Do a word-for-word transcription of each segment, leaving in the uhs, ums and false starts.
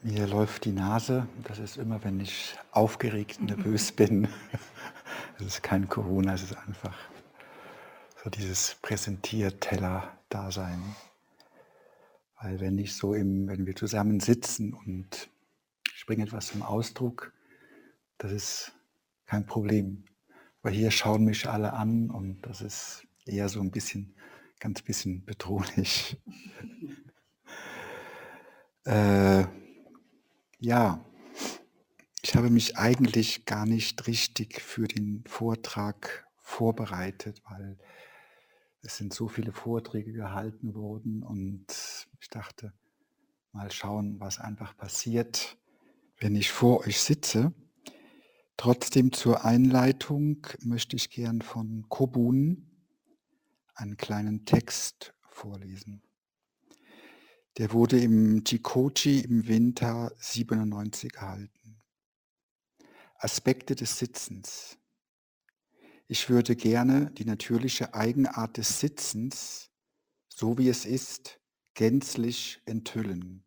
Mir läuft die Nase. Das ist immer, wenn ich aufgeregt, nervös bin. Das ist kein Corona, es ist einfach so dieses Präsentierteller-Dasein. Weil wenn ich so im, wenn wir zusammen sitzen und ich bringe etwas zum Ausdruck, das ist kein Problem. Weil hier schauen mich alle an und das ist eher so ein bisschen, ganz bisschen bedrohlich. äh, ja. Ich habe mich eigentlich gar nicht richtig für den Vortrag vorbereitet, weil es sind so viele Vorträge gehalten worden und ich dachte, mal schauen, was einfach passiert, wenn ich vor euch sitze. Trotzdem zur Einleitung möchte ich gern von Kobun einen kleinen Text vorlesen. Der wurde im Jikoji im Winter siebenundneunzig gehalten. Aspekte des Sitzens. Ich würde gerne die natürliche Eigenart des Sitzens, so wie es ist, gänzlich enthüllen.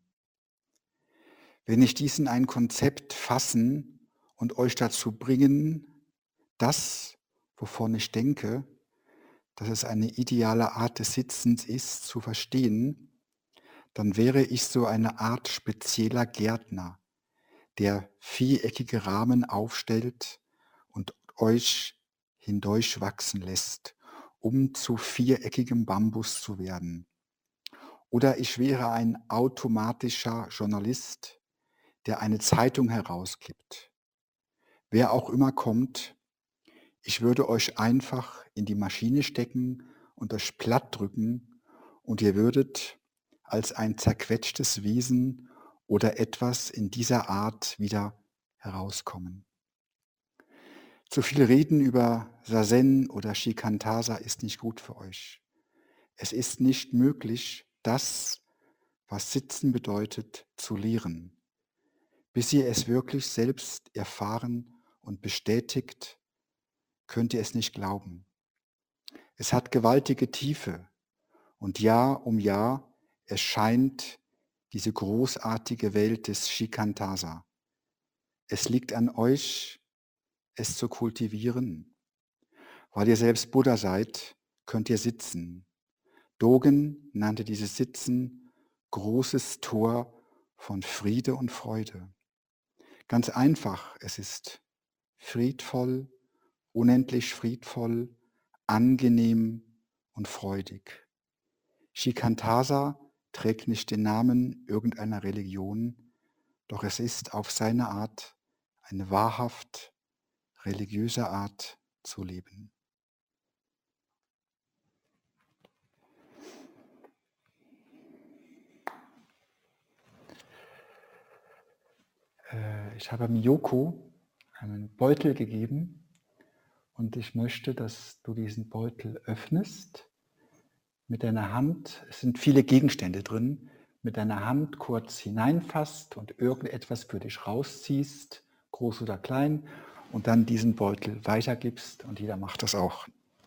Wenn ich dies in ein Konzept fassen und euch dazu bringen, das, wovon ich denke, dass es eine ideale Art des Sitzens ist, zu verstehen, dann wäre ich so eine Art spezieller Gärtner, der viereckige Rahmen aufstellt und euch hindurchwachsen lässt, um zu viereckigem Bambus zu werden. Oder ich wäre ein automatischer Journalist, der eine Zeitung herausgibt. Wer auch immer kommt, ich würde euch einfach in die Maschine stecken und euch platt drücken und ihr würdet als ein zerquetschtes Wesen oder etwas in dieser Art wieder herauskommen. Zu viel Reden über Sazen oder Shikantasa ist nicht gut für euch. Es ist nicht möglich, das, was Sitzen bedeutet, zu lehren. Bis ihr es wirklich selbst erfahren und bestätigt, könnt ihr es nicht glauben. Es hat gewaltige Tiefe und Jahr um Jahr erscheint diese großartige Welt des Shikantasa. Es liegt an euch, es zu kultivieren. Weil ihr selbst Buddha seid, könnt ihr sitzen. Dogen nannte dieses Sitzen großes Tor von Friede und Freude. Ganz einfach, es ist friedvoll, unendlich friedvoll, angenehm und freudig. Shikantasa trägt nicht den Namen irgendeiner Religion, doch es ist auf seine Art eine wahrhaft religiöse Art zu leben. Ich habe Miyoko einen Beutel gegeben und ich möchte, dass du diesen Beutel öffnest. Mit deiner Hand, es sind viele Gegenstände drin, mit deiner Hand kurz hineinfasst und irgendetwas für dich rausziehst, groß oder klein, und dann diesen Beutel weitergibst und jeder macht das auch.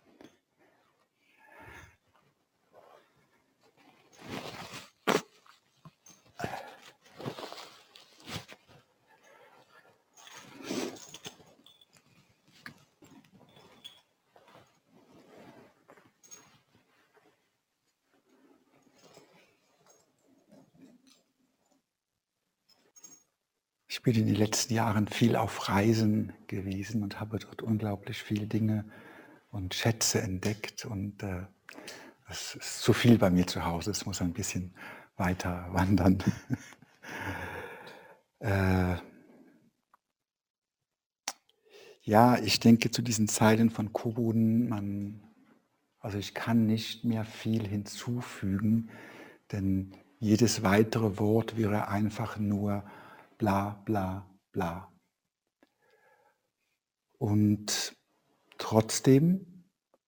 Ich bin in den letzten Jahren viel auf Reisen gewesen und habe dort unglaublich viele Dinge und Schätze entdeckt. Und äh, es ist zu viel bei mir zu Hause. Es muss ein bisschen weiter wandern. äh, ja, ich denke zu diesen Zeilen von Kobun, man, also ich kann nicht mehr viel hinzufügen, denn jedes weitere Wort wäre einfach nur bla bla bla. Und trotzdem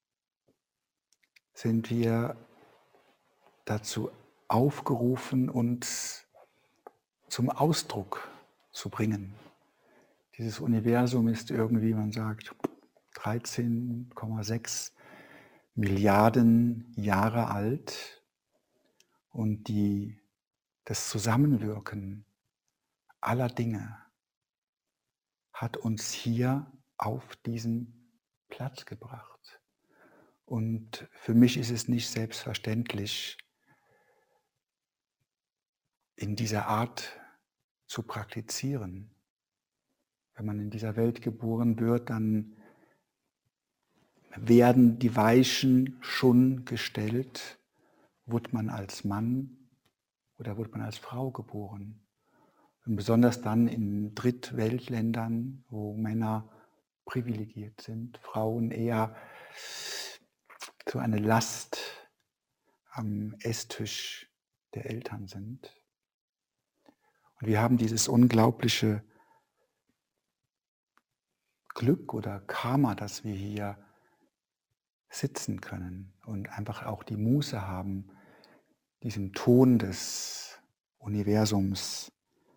sind wir dazu aufgerufen, uns zum Ausdruck zu bringen. Dieses Universum ist irgendwie, man sagt, dreizehn Komma sechs Milliarden Jahre alt und die, das Zusammenwirken aller Dinge hat uns hier auf diesen Platz gebracht. Und für mich ist es nicht selbstverständlich, in dieser Art zu praktizieren. Wenn man in dieser Welt geboren wird, dann werden die Weichen schon gestellt, wurde man als Mann oder wurde man als Frau geboren. Und besonders dann in Drittweltländern, wo Männer privilegiert sind, Frauen eher so eine Last am Esstisch der Eltern sind. Und wir haben dieses unglaubliche Glück oder Karma, dass wir hier sitzen können und einfach auch die Muße haben, diesem Ton des Universums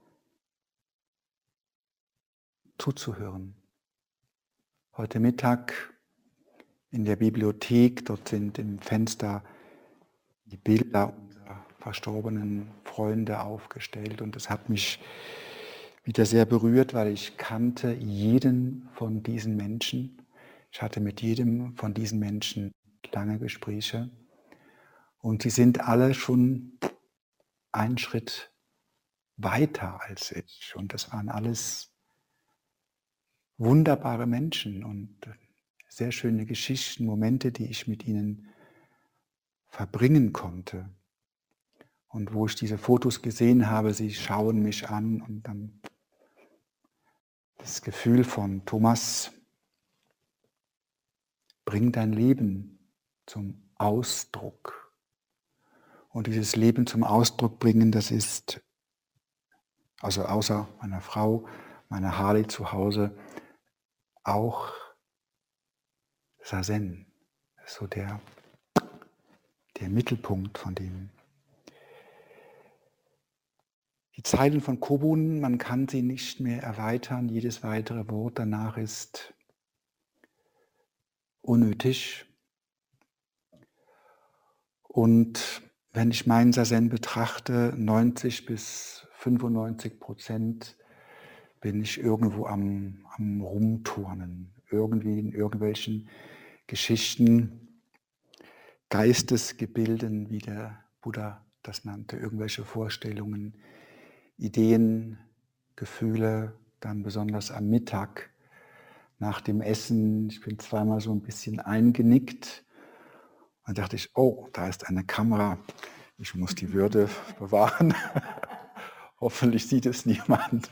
zuzuhören. Heute Mittag in der Bibliothek, dort sind im Fenster die Bilder unserer verstorbenen Freunde aufgestellt und es hat mich wieder sehr berührt, weil ich kannte jeden von diesen Menschen. Ich hatte mit jedem von diesen Menschen lange Gespräche und sie sind alle schon einen Schritt weiter als ich und das waren alles wunderbare Menschen und sehr schöne Geschichten, Momente, die ich mit ihnen verbringen konnte. Und wo ich diese Fotos gesehen habe, sie schauen mich an und dann das Gefühl von Thomas, bring dein Leben zum Ausdruck. Und dieses Leben zum Ausdruck bringen, das ist, also außer meiner Frau, meiner Harley zu Hause, auch Sazen. So der, der Mittelpunkt von dem. Die Zeilen von Kobun, man kann sie nicht mehr erweitern. Jedes weitere Wort danach ist unnötig. Und wenn ich meinen Sazen betrachte, neunzig bis fünfundneunzig Prozent bin ich irgendwo am, am Rumturnen. Irgendwie in irgendwelchen Geschichten, Geistesgebilden, wie der Buddha das nannte, irgendwelche Vorstellungen, Ideen, Gefühle, dann besonders am Mittag, nach dem Essen. Ich bin zweimal so ein bisschen eingenickt. Dann dachte ich, oh, da ist eine Kamera. Ich muss die Würde bewahren. Hoffentlich sieht es niemand.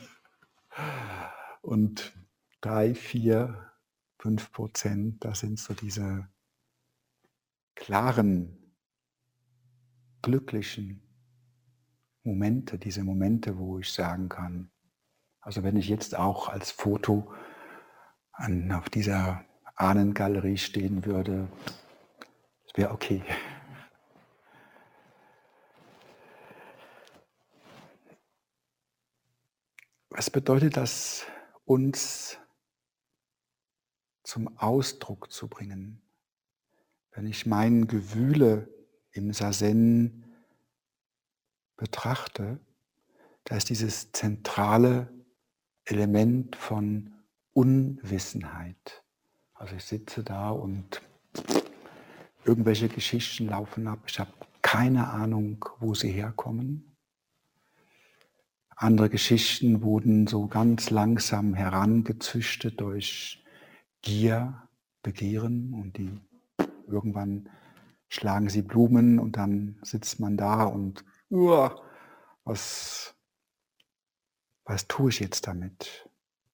Und drei, vier, fünf Prozent, das sind so diese klaren, glücklichen Momente, diese Momente, wo ich sagen kann, also wenn ich jetzt auch als Foto an, auf dieser Ahnengalerie stehen würde, es wäre okay. Was bedeutet das, uns zum Ausdruck zu bringen? Wenn ich mein Gewühle im Sazen betrachte, da ist dieses zentrale Element von Unwissenheit. Also ich sitze da und irgendwelche Geschichten laufen ab. Ich habe keine Ahnung, wo sie herkommen. Andere Geschichten wurden so ganz langsam herangezüchtet durch Gier, Begehren und die irgendwann schlagen sie Blumen und dann sitzt man da und uah, was, was tue ich jetzt damit?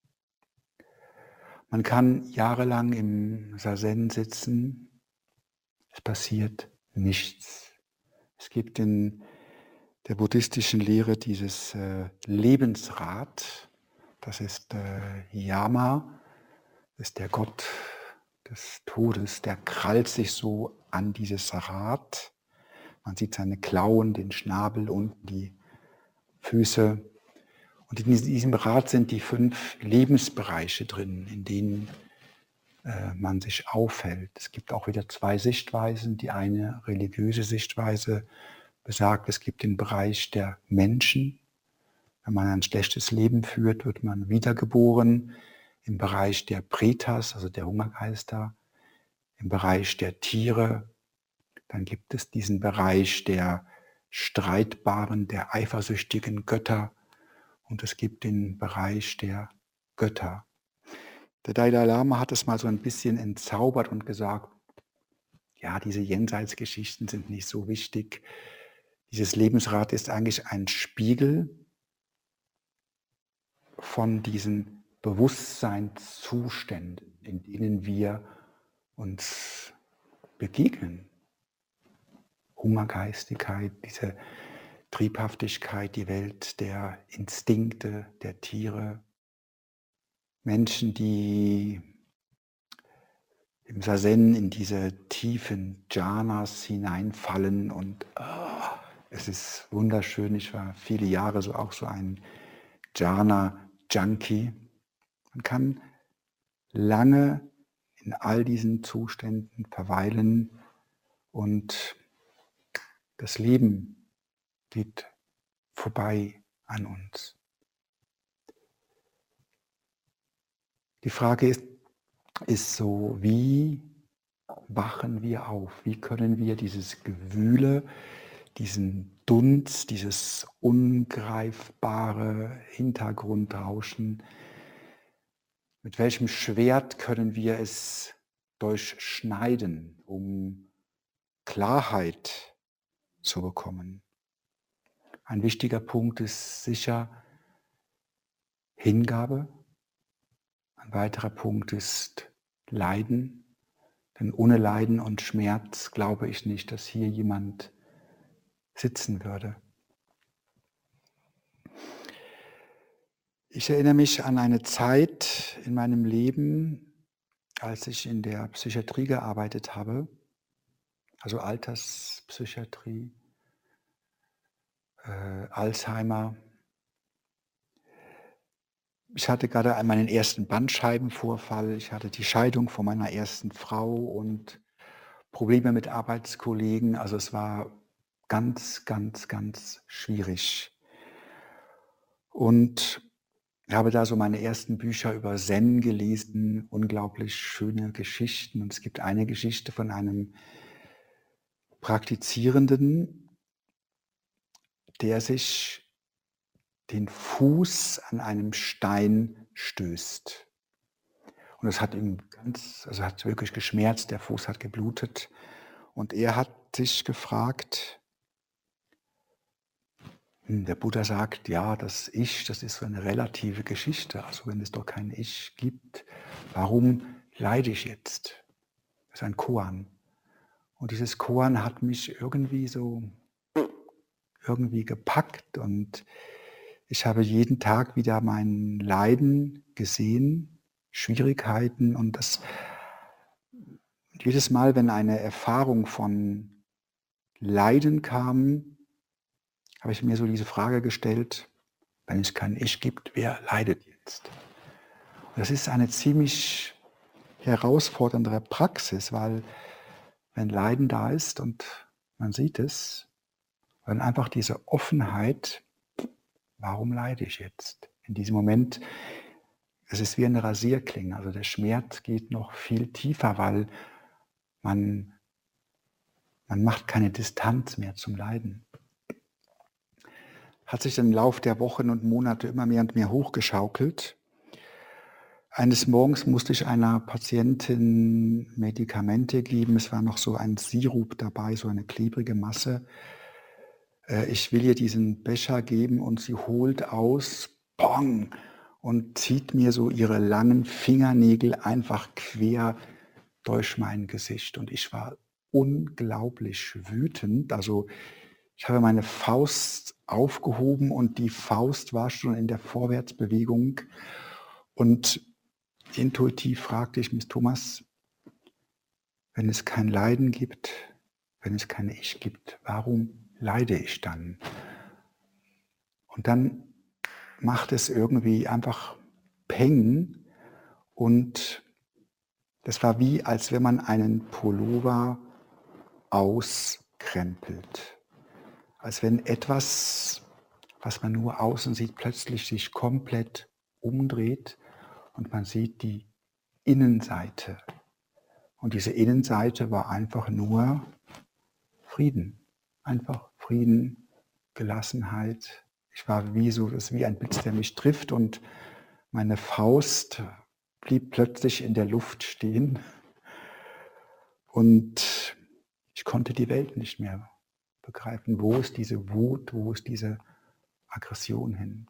Man kann jahrelang im Sazen sitzen, es passiert nichts. Es gibt in der buddhistischen Lehre dieses äh, Lebensrad, das ist äh, Yama, das ist der Gott des Todes, der krallt sich so an dieses Rad. Man sieht seine Klauen, den Schnabel und die Füße. Und in diesem Rad sind die fünf Lebensbereiche drin, in denen äh, man sich aufhält. Es gibt auch wieder zwei Sichtweisen. Die eine religiöse Sichtweise besagt, es gibt den Bereich der Menschen, Wenn man ein schlechtes Leben führt, wird man wiedergeboren im Bereich der Pretas, also der Hungergeister, im Bereich der Tiere. Dann gibt es diesen Bereich der streitbaren, der eifersüchtigen Götter und es gibt den Bereich der Götter. Der Dalai Lama hat es mal so ein bisschen entzaubert und gesagt, ja, diese Jenseitsgeschichten sind nicht so wichtig. Dieses Lebensrad ist eigentlich ein Spiegel von diesen Bewusstseinszuständen, in denen wir uns begegnen. Hungergeistigkeit, diese Triebhaftigkeit, die Welt der Instinkte, der Tiere. Menschen, die im Sazen in diese tiefen Jhanas hineinfallen und oh, es ist wunderschön. Ich war viele Jahre so auch so ein Jhana-Junkie. Man kann lange in all diesen Zuständen verweilen und das Leben geht vorbei an uns. Die Frage ist, ist so, wie wachen wir auf? Wie können wir dieses Gewühle, diesen Dunst, dieses ungreifbare Hintergrundrauschen, mit welchem Schwert können wir es durchschneiden, um Klarheit zu bekommen? Ein wichtiger Punkt ist sicher Hingabe. Ein weiterer Punkt ist Leiden. Denn ohne Leiden und Schmerz glaube ich nicht, dass hier jemand sitzen würde. Ich erinnere mich an eine Zeit in meinem Leben, als ich in der Psychiatrie gearbeitet habe, also Alterspsychiatrie, äh, Alzheimer. Ich hatte gerade meinen ersten Bandscheibenvorfall, ich hatte die Scheidung von meiner ersten Frau und Probleme mit Arbeitskollegen. Also es war ganz, ganz, ganz schwierig. Und ich habe da so meine ersten Bücher über Zen gelesen, unglaublich schöne Geschichten. Und es gibt eine Geschichte von einem Praktizierenden, der sich den Fuß an einem Stein stößt. Und es hat ihm ganz, also hat wirklich geschmerzt, der Fuß hat geblutet. Und er hat sich gefragt, der Buddha sagt, ja, das Ich, das ist so eine relative Geschichte. Also wenn es doch kein Ich gibt, warum leide ich jetzt? Das ist ein Koan. Und dieses Koan hat mich irgendwie so irgendwie gepackt und ich habe jeden Tag wieder mein Leiden gesehen, Schwierigkeiten und das jedes Mal, wenn eine Erfahrung von Leiden kam, habe ich mir so diese Frage gestellt, wenn es kein Ich gibt, wer leidet jetzt? Und das ist eine ziemlich herausfordernde Praxis, weil wenn Leiden da ist und man sieht es, dann einfach diese Offenheit, warum leide ich jetzt? In diesem Moment, es ist wie eine Rasierklinge, also der Schmerz geht noch viel tiefer, weil man, man macht keine Distanz mehr zum Leiden. Hat sich dann im Laufe der Wochen und Monate immer mehr und mehr hochgeschaukelt. Eines Morgens musste ich einer Patientin Medikamente geben. Es war noch so ein Sirup dabei, so eine klebrige Masse. Ich will ihr diesen Becher geben und sie holt aus, bong, und zieht mir so ihre langen Fingernägel einfach quer durch mein Gesicht. Und ich war unglaublich wütend. Also ich habe meine Faust aufgehoben und die Faust war schon in der Vorwärtsbewegung. Und intuitiv fragte ich mich, Thomas, wenn es kein Leiden gibt, wenn es kein Ich gibt, warum leide ich dann? Und dann macht es irgendwie einfach Peng und das war wie, als wenn man einen Pullover auskrempelt. Als wenn etwas was man nur außen sieht, plötzlich sich komplett umdreht und man sieht die Innenseite. Und diese Innenseite war einfach nur Frieden. Einfach Frieden, Gelassenheit. Ich war wie so, das ist wie ein Blitz, der mich trifft und meine Faust blieb plötzlich in der Luft stehen und ich konnte die Welt nicht mehr begreifen. Wo ist diese Wut, wo ist diese Aggression hin?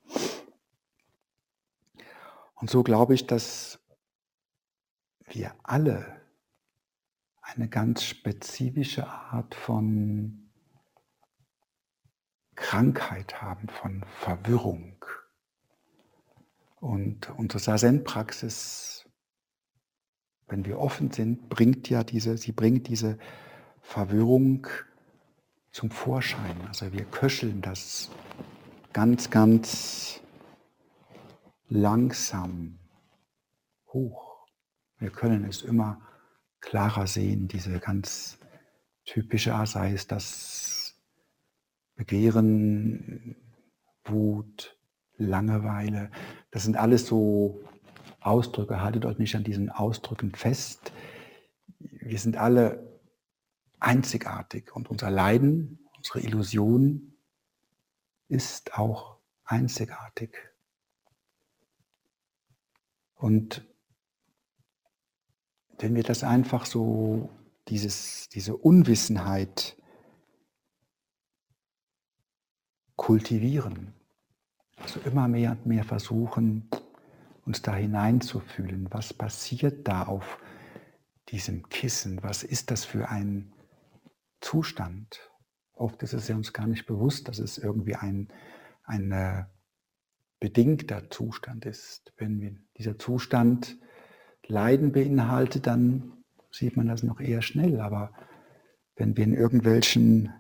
Und so glaube ich, dass wir alle eine ganz spezifische Art von Krankheit haben, von Verwirrung. Und unsere Zazen-Praxis, wenn wir offen sind, bringt ja diese, sie bringt diese Verwirrung zum Vorschein. Also wir köcheln das ganz, ganz langsam hoch. Wir können es immer klarer sehen, diese ganz typische, sei es das Begehren, Wut, Langeweile. Das sind alles so Ausdrücke. Haltet euch nicht an diesen Ausdrücken fest. Wir sind alle einzigartig und unser Leiden, unsere Illusion ist auch einzigartig. Und wenn wir das einfach so, dieses, diese Unwissenheit kultivieren, also immer mehr und mehr versuchen, uns da hineinzufühlen, was passiert da auf diesem Kissen, was ist das für ein Zustand? Oft ist es ja uns gar nicht bewusst, dass es irgendwie ein, ein äh, bedingter Zustand ist. Wenn wir, dieser Zustand Leiden beinhaltet, dann sieht man das noch eher schnell. Aber wenn wir in irgendwelchen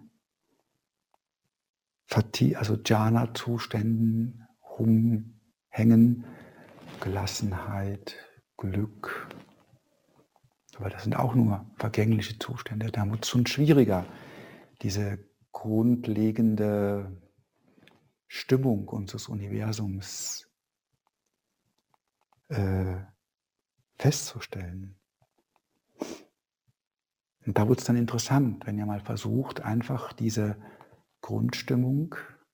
Fati, also Jhana-Zuständen rumhängen, Gelassenheit, Glück, aber das sind auch nur vergängliche Zustände. Da wird es schon schwieriger, diese grundlegende Stimmung unseres Universums äh, festzustellen. Und da wird es dann interessant, wenn ihr mal versucht, einfach diese Grundstimmung,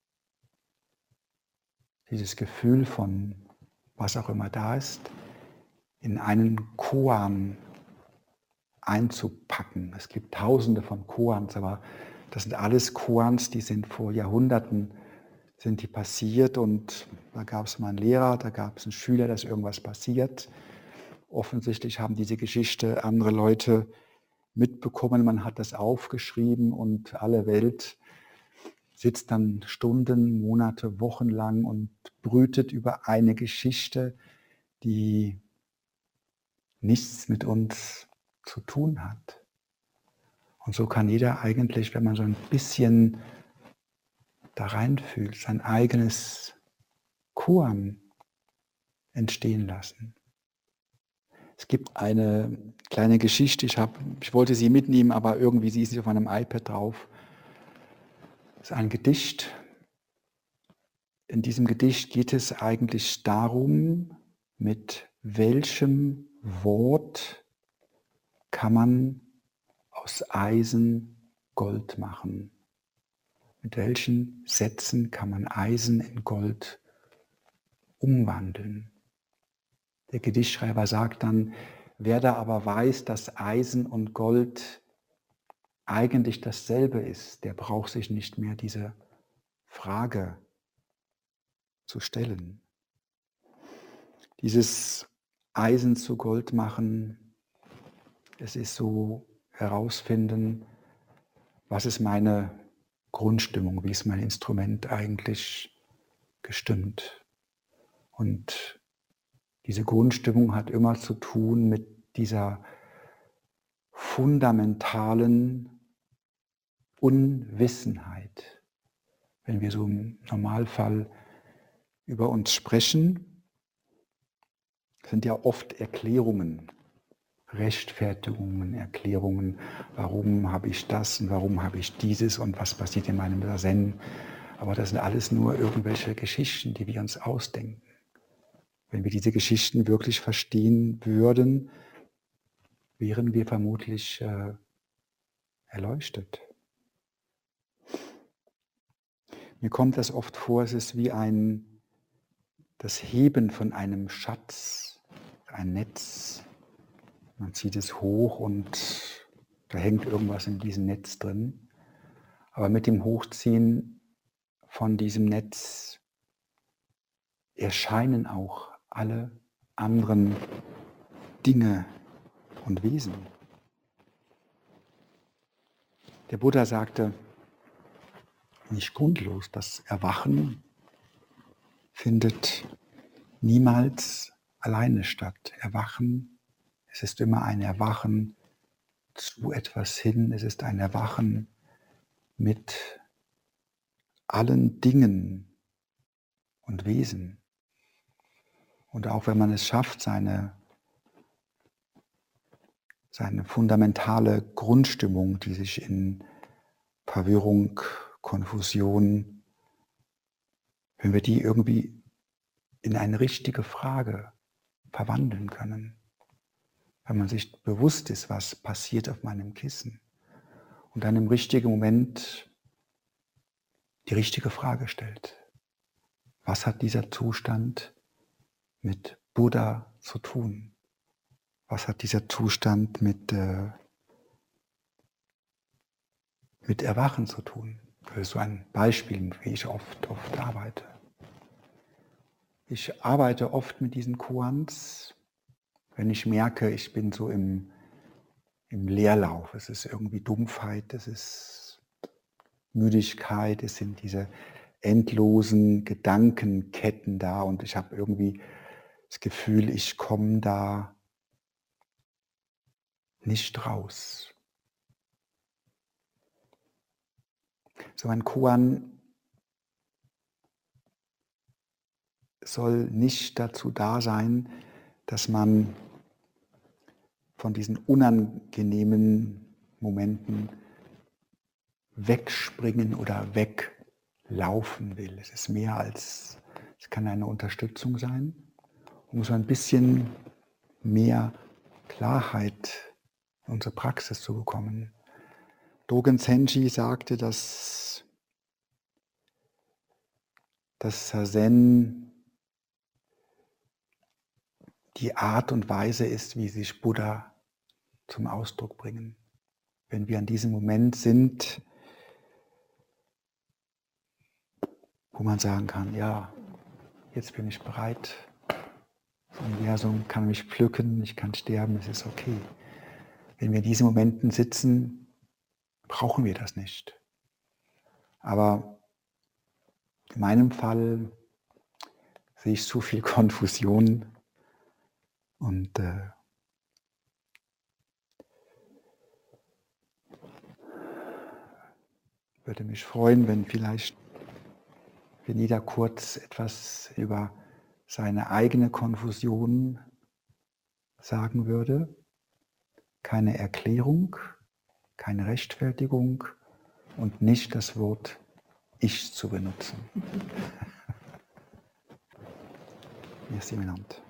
dieses Gefühl von was auch immer da ist, in einen Koan einzupacken. Es gibt tausende von Koans, aber das sind alles Koans, die sind vor Jahrhunderten sind die passiert und da gab es mal einen Lehrer, da gab es einen Schüler, da ist irgendwas passiert. Offensichtlich haben diese Geschichte andere Leute mitbekommen, man hat das aufgeschrieben und alle Welt sitzt dann Stunden, Monate, Wochen lang und brütet über eine Geschichte, die nichts mit uns zu tun hat. Und so kann jeder eigentlich, wenn man so ein bisschen da reinfühlt, sein eigenes Koan entstehen lassen. Es gibt eine kleine Geschichte, ich, hab, ich wollte sie mitnehmen, aber irgendwie sie ist nicht auf meinem iPad drauf. Es ist ein Gedicht. In diesem Gedicht geht es eigentlich darum, mit welchem Wort kann man aus Eisen Gold machen. Mit welchen Sätzen kann man Eisen in Gold umwandeln? Der Gedichtschreiber sagt dann, wer da aber weiß, dass Eisen und Gold eigentlich dasselbe ist, der braucht sich nicht mehr diese Frage zu stellen. Dieses Eisen zu Gold machen, es ist so herausfinden, was ist meine Grundstimmung, wie ist mein Instrument eigentlich gestimmt. Und diese Grundstimmung hat immer zu tun mit dieser fundamentalen Unwissenheit. Wenn wir so im Normalfall über uns sprechen, sind ja oft Erklärungen, Rechtfertigungen, Erklärungen, warum habe ich das und warum habe ich dieses und was passiert in meinem Zazen. Aber das sind alles nur irgendwelche Geschichten, die wir uns ausdenken. Wenn wir diese Geschichten wirklich verstehen würden, wären wir vermutlich äh, erleuchtet. Mir kommt das oft vor, es ist wie ein, das Heben von einem Schatz, ein Netz. Man zieht es hoch und da hängt irgendwas in diesem Netz drin. Aber mit dem Hochziehen von diesem Netz erscheinen auch alle anderen Dinge und Wesen. Der Buddha sagte, nicht grundlos, das Erwachen findet niemals alleine statt. Erwachen, es ist immer ein Erwachen zu etwas hin, es ist ein Erwachen mit allen Dingen und Wesen. Und auch wenn man es schafft, seine, seine fundamentale Grundstimmung, die sich in Verwirrung, Konfusion, wenn wir die irgendwie in eine richtige Frage verwandeln können, wenn man sich bewusst ist, was passiert auf meinem Kissen und dann im richtigen Moment die richtige Frage stellt. Was hat dieser Zustand mit Buddha zu tun? Was hat dieser Zustand mit, äh, mit Erwachen zu tun? Das ist so ein Beispiel, wie ich oft, oft arbeite. Ich arbeite oft mit diesen Koans, wenn ich merke, ich bin so im, im Leerlauf. Es ist irgendwie Dumpfheit, es ist Müdigkeit, es sind diese endlosen Gedankenketten da und ich habe irgendwie das Gefühl, ich komme da nicht raus. So ein Koan soll nicht dazu da sein, dass man von diesen unangenehmen Momenten wegspringen oder weglaufen will. Es ist mehr als, es kann eine Unterstützung sein, um so ein bisschen mehr Klarheit in unsere Praxis zu bekommen. Dogen Zenji sagte, dass das Zazen die Art und Weise ist, wie sich Buddha zum Ausdruck bringen. Wenn wir an diesem Moment sind, wo man sagen kann, ja, jetzt bin ich bereit, das Universum kann mich pflücken, ich kann sterben, es ist okay. Wenn wir in diesen Momenten sitzen, brauchen wir das nicht. Aber in meinem Fall sehe ich zu viel Konfusion und äh, würde mich freuen, wenn vielleicht wenn jeder kurz etwas über seine eigene Konfusion sagen würde. Keine Erklärung, keine Rechtfertigung und nicht das Wort Ich zu benutzen. Merci, Menant.